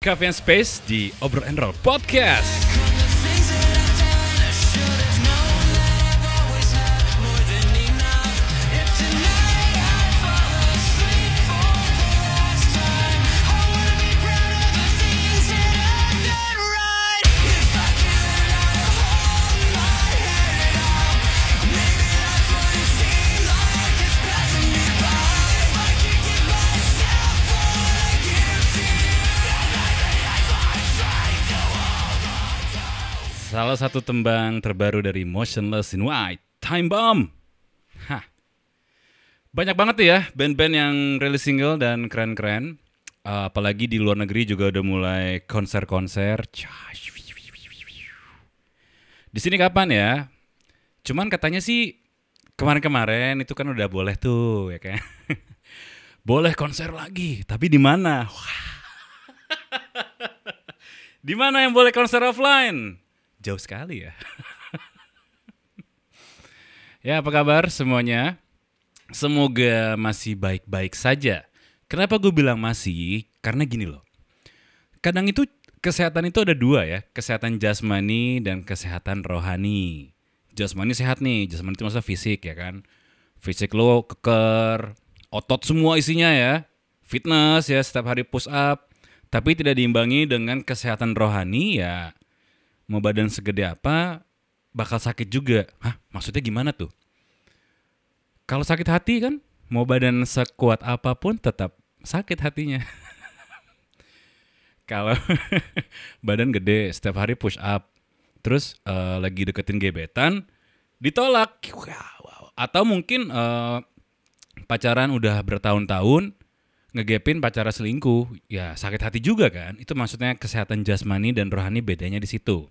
Cafe and Space di Obrol and Roll Podcast. Salah satu tembang terbaru dari Motionless in White, Time Bomb. Hah. Banyak banget ya band-band yang rilis single dan keren-keren. Apalagi di luar negeri juga udah mulai konser-konser. Di sini kapan ya? Cuman katanya sih kemarin-kemarin itu kan udah boleh tuh, ya kan? Boleh konser lagi, tapi di mana? Di mana yang boleh konser offline? Jauh sekali ya. Ya, apa kabar semuanya? Semoga masih baik-baik saja. Kenapa gue bilang masih? Karena gini loh. Kadang itu kesehatan itu ada dua ya. Kesehatan jasmani dan kesehatan rohani. Jasmani sehat nih. Jasmani itu maksudnya fisik ya kan. Fisik lo keker. Otot semua isinya ya. Fitness ya, setiap hari push up. Tapi tidak diimbangi dengan kesehatan rohani ya. Mau badan segede apa, bakal sakit juga. Hah? Maksudnya gimana tuh? Kalau sakit hati kan, mau badan sekuat apapun tetap sakit hatinya. Kalau badan gede, setiap hari push up, terus lagi deketin gebetan, ditolak. Atau mungkin pacaran udah bertahun-tahun, ngegepin pacara selingkuh, ya sakit hati juga kan. Itu maksudnya kesehatan jasmani dan rohani bedanya di situ.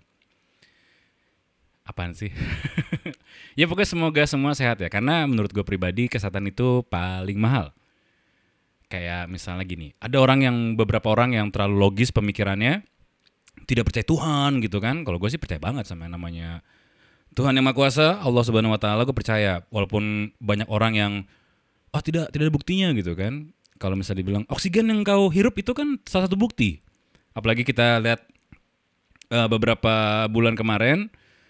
Apaan sih? Ya pokoknya semoga semua sehat ya. Karena menurut gue pribadi kesehatan itu paling mahal. Kayak misalnya gini, ada beberapa orang yang terlalu logis pemikirannya, tidak percaya Tuhan gitu kan. Kalau gue sih percaya banget sama yang namanya Tuhan yang Maha Kuasa, Allah Subhanahu Wa Taala. Gue percaya, walaupun banyak orang yang tidak ada buktinya gitu kan. Kalau misalnya dibilang oksigen yang kau hirup itu kan salah satu bukti. Apalagi kita lihat beberapa bulan kemarin,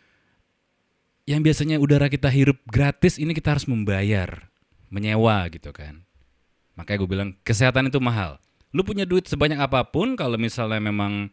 yang biasanya udara kita hirup gratis, ini kita harus membayar, menyewa gitu kan. Makanya gue bilang kesehatan itu mahal. Lu punya duit sebanyak apapun, kalau misalnya memang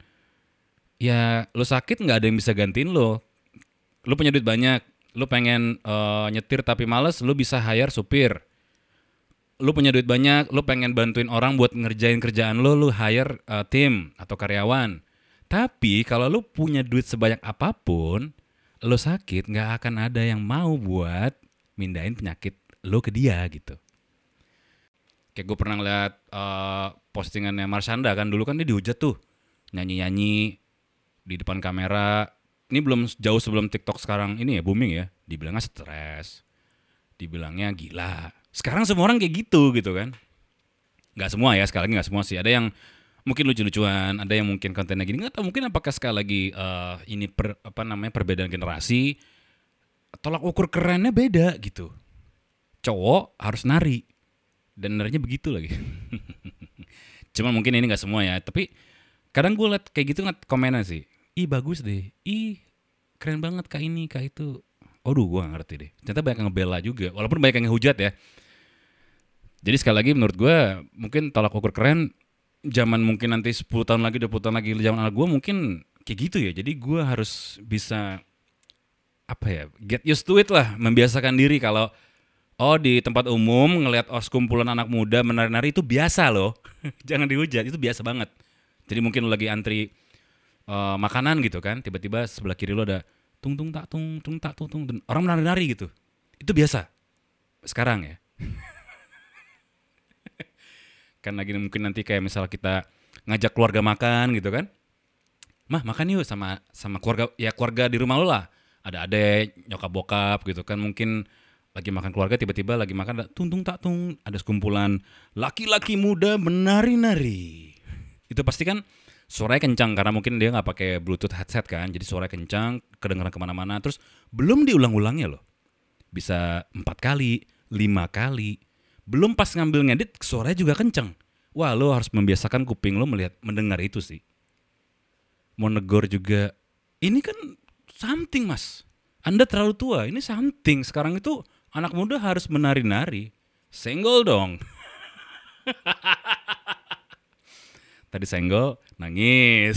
ya lu sakit nggak ada yang bisa gantiin lo. Lu punya duit banyak, lu pengen nyetir tapi males, lu bisa hire supir. Lu punya duit banyak, lu pengen bantuin orang buat ngerjain kerjaan lu hire tim atau karyawan. Tapi kalau lu punya duit sebanyak apapun, lu sakit, nggak akan ada yang mau buat mindahin penyakit lu ke dia gitu. Kayak gue pernah lihat postingannya Marshanda kan, dulu kan dia dihujat tuh, nyanyi-nyanyi di depan kamera. Ini belum jauh sebelum TikTok sekarang ini ya booming ya. Dibilangnya stres, dibilangnya gila. Sekarang semua orang kayak gitu kan. Nggak semua ya, sekali lagi nggak semua sih. Ada yang mungkin lucu-lucuan, ada yang mungkin kontennya gini, nggak tahu mungkin apakah sekali lagi ini perbedaan generasi, tolak ukur kerennya beda gitu. Cowok harus nari dan narinya begitu lagi. Cuman mungkin ini nggak semua ya, tapi kadang gue liat kayak gitu ngeliat komenan sih, ih bagus deh, ih keren banget kak ini kak itu. Aduh gue gak ngerti deh, ternyata banyak yang ngebela juga, walaupun banyak yang ngehujat ya. Jadi sekali lagi menurut gue mungkin tolak ukur keren zaman mungkin nanti 10 tahun lagi, 20 tahun lagi, zaman anak gue mungkin kayak gitu ya. Jadi gue harus bisa get used to it lah, membiasakan diri kalau di tempat umum ngelihat sekumpulan anak muda menari-nari itu biasa loh. Jangan dihujat, itu biasa banget. Jadi mungkin lu lagi antri makanan gitu kan, tiba-tiba sebelah kiri lu ada tung tung tak tung tung tak tung tung, orang menari-nari gitu. Itu biasa sekarang ya. Kan lagi mungkin nanti kayak misalnya kita ngajak keluarga makan gitu kan. Mah makan yuk sama keluarga, ya keluarga di rumah lo lah. Ada adek, nyokap bokap gitu kan. Mungkin lagi makan keluarga, tiba-tiba lagi makan tung tung tak tung, ada sekumpulan laki-laki muda menari-nari. Itu pasti kan suaranya kencang karena mungkin dia nggak pakai Bluetooth headset kan. Jadi suaranya kencang, kedengaran kemana-mana. Terus belum diulang-ulangnya loh. Bisa 4 kali, 5 kali. Belum pas ngambil ngedit, suaranya juga kenceng. Wah, lo harus membiasakan kuping lo mendengar itu sih. mau negor juga. Ini kan something mas. Anda terlalu tua. Ini something. Sekarang itu anak muda harus menari-nari. Senggol dong. Tadi senggol, nangis.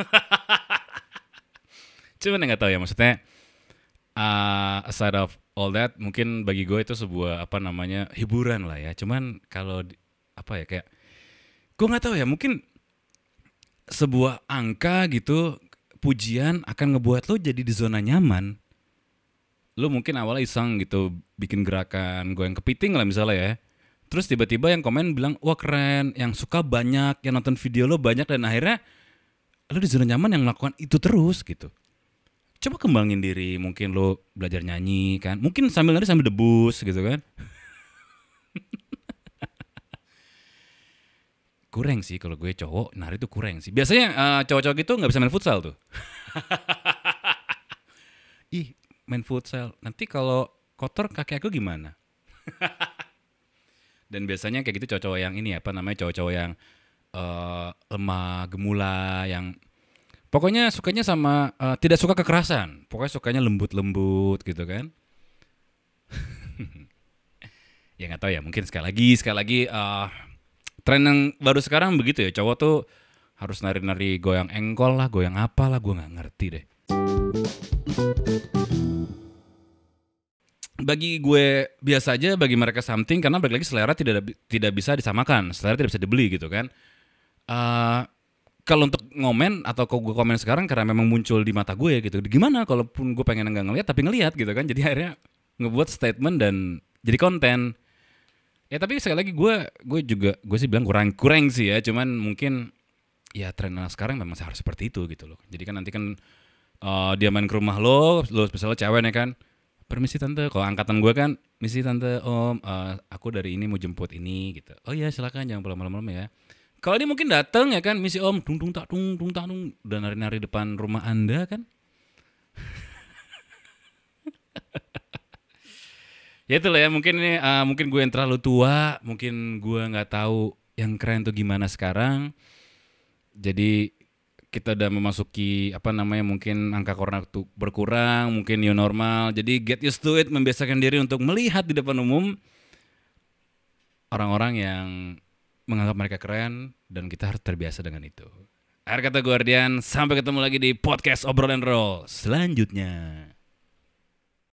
Cuman nggak tahu ya maksudnya. Aside of all that, mungkin bagi gue itu sebuah apa namanya hiburan lah ya. Cuman kalau apa ya kayak, gue nggak tahu ya. Mungkin sebuah angka gitu, pujian akan ngebuat lo jadi di zona nyaman. Lo mungkin awalnya iseng gitu, bikin gerakan goyang kepiting lah misalnya ya. Terus tiba-tiba yang komen bilang, wah keren, yang suka banyak, yang nonton video lo banyak, dan akhirnya lo di zona nyaman yang melakukan itu terus gitu. Coba kembangin diri, mungkin lo belajar nyanyi kan, mungkin sambil nari sambil debus gitu kan. Kurang sih kalau gue cowok, nari tuh kurang sih. Biasanya cowok-cowok gitu nggak bisa main futsal tuh. Ih, main futsal, nanti kalau kotor kaki aku gimana? Dan biasanya kayak gitu cowok-cowok yang ini apa namanya, cowok-cowok yang lemah, gemula, yang pokoknya sukanya sama tidak suka kekerasan. Pokoknya sukanya lembut-lembut gitu kan. Ya nggak tahu ya, mungkin sekali lagi tren yang baru sekarang begitu ya. Cowok tuh harus nari-nari goyang engkol lah, goyang apa lah, gue nggak ngerti deh. Bagi gue biasa aja, bagi mereka something, karena balik lagi selera tidak bisa disamakan, selera tidak bisa dibeli gitu kan. Eh Kalau untuk ngomen atau kalau gue komen sekarang karena memang muncul di mata gue gitu. Gimana kalaupun gue pengen nggak ngelihat tapi ngelihat gitu kan. Jadi akhirnya ngebuat statement dan jadi konten. Ya tapi sekali lagi gue sih bilang kurang sih ya. Cuman mungkin ya tren anak sekarang memang harus seperti itu gitu loh. Jadi kan nanti kan dia main ke rumah lo misalnya cewek nih kan. Permisi tante, kalau angkatan gue kan, misi tante om, aku dari ini mau jemput ini gitu. Oh iya silakan, jangan pulang malam-malam ya. Kalau dia mungkin datang ya kan, misi om, tung tung tak tung, dan nari-nari depan rumah anda kan. Ya itulah ya, mungkin ini mungkin gue yang terlalu tua, mungkin gue nggak tahu yang keren tuh gimana sekarang. Jadi kita udah memasuki apa namanya, mungkin angka corona tuh berkurang, mungkin new normal. Jadi get used to it, membiasakan diri untuk melihat di depan umum orang-orang yang menganggap mereka keren, dan kita harus terbiasa dengan itu. Akhir kata Guardian, sampai ketemu lagi di podcast Obrolan Roll selanjutnya.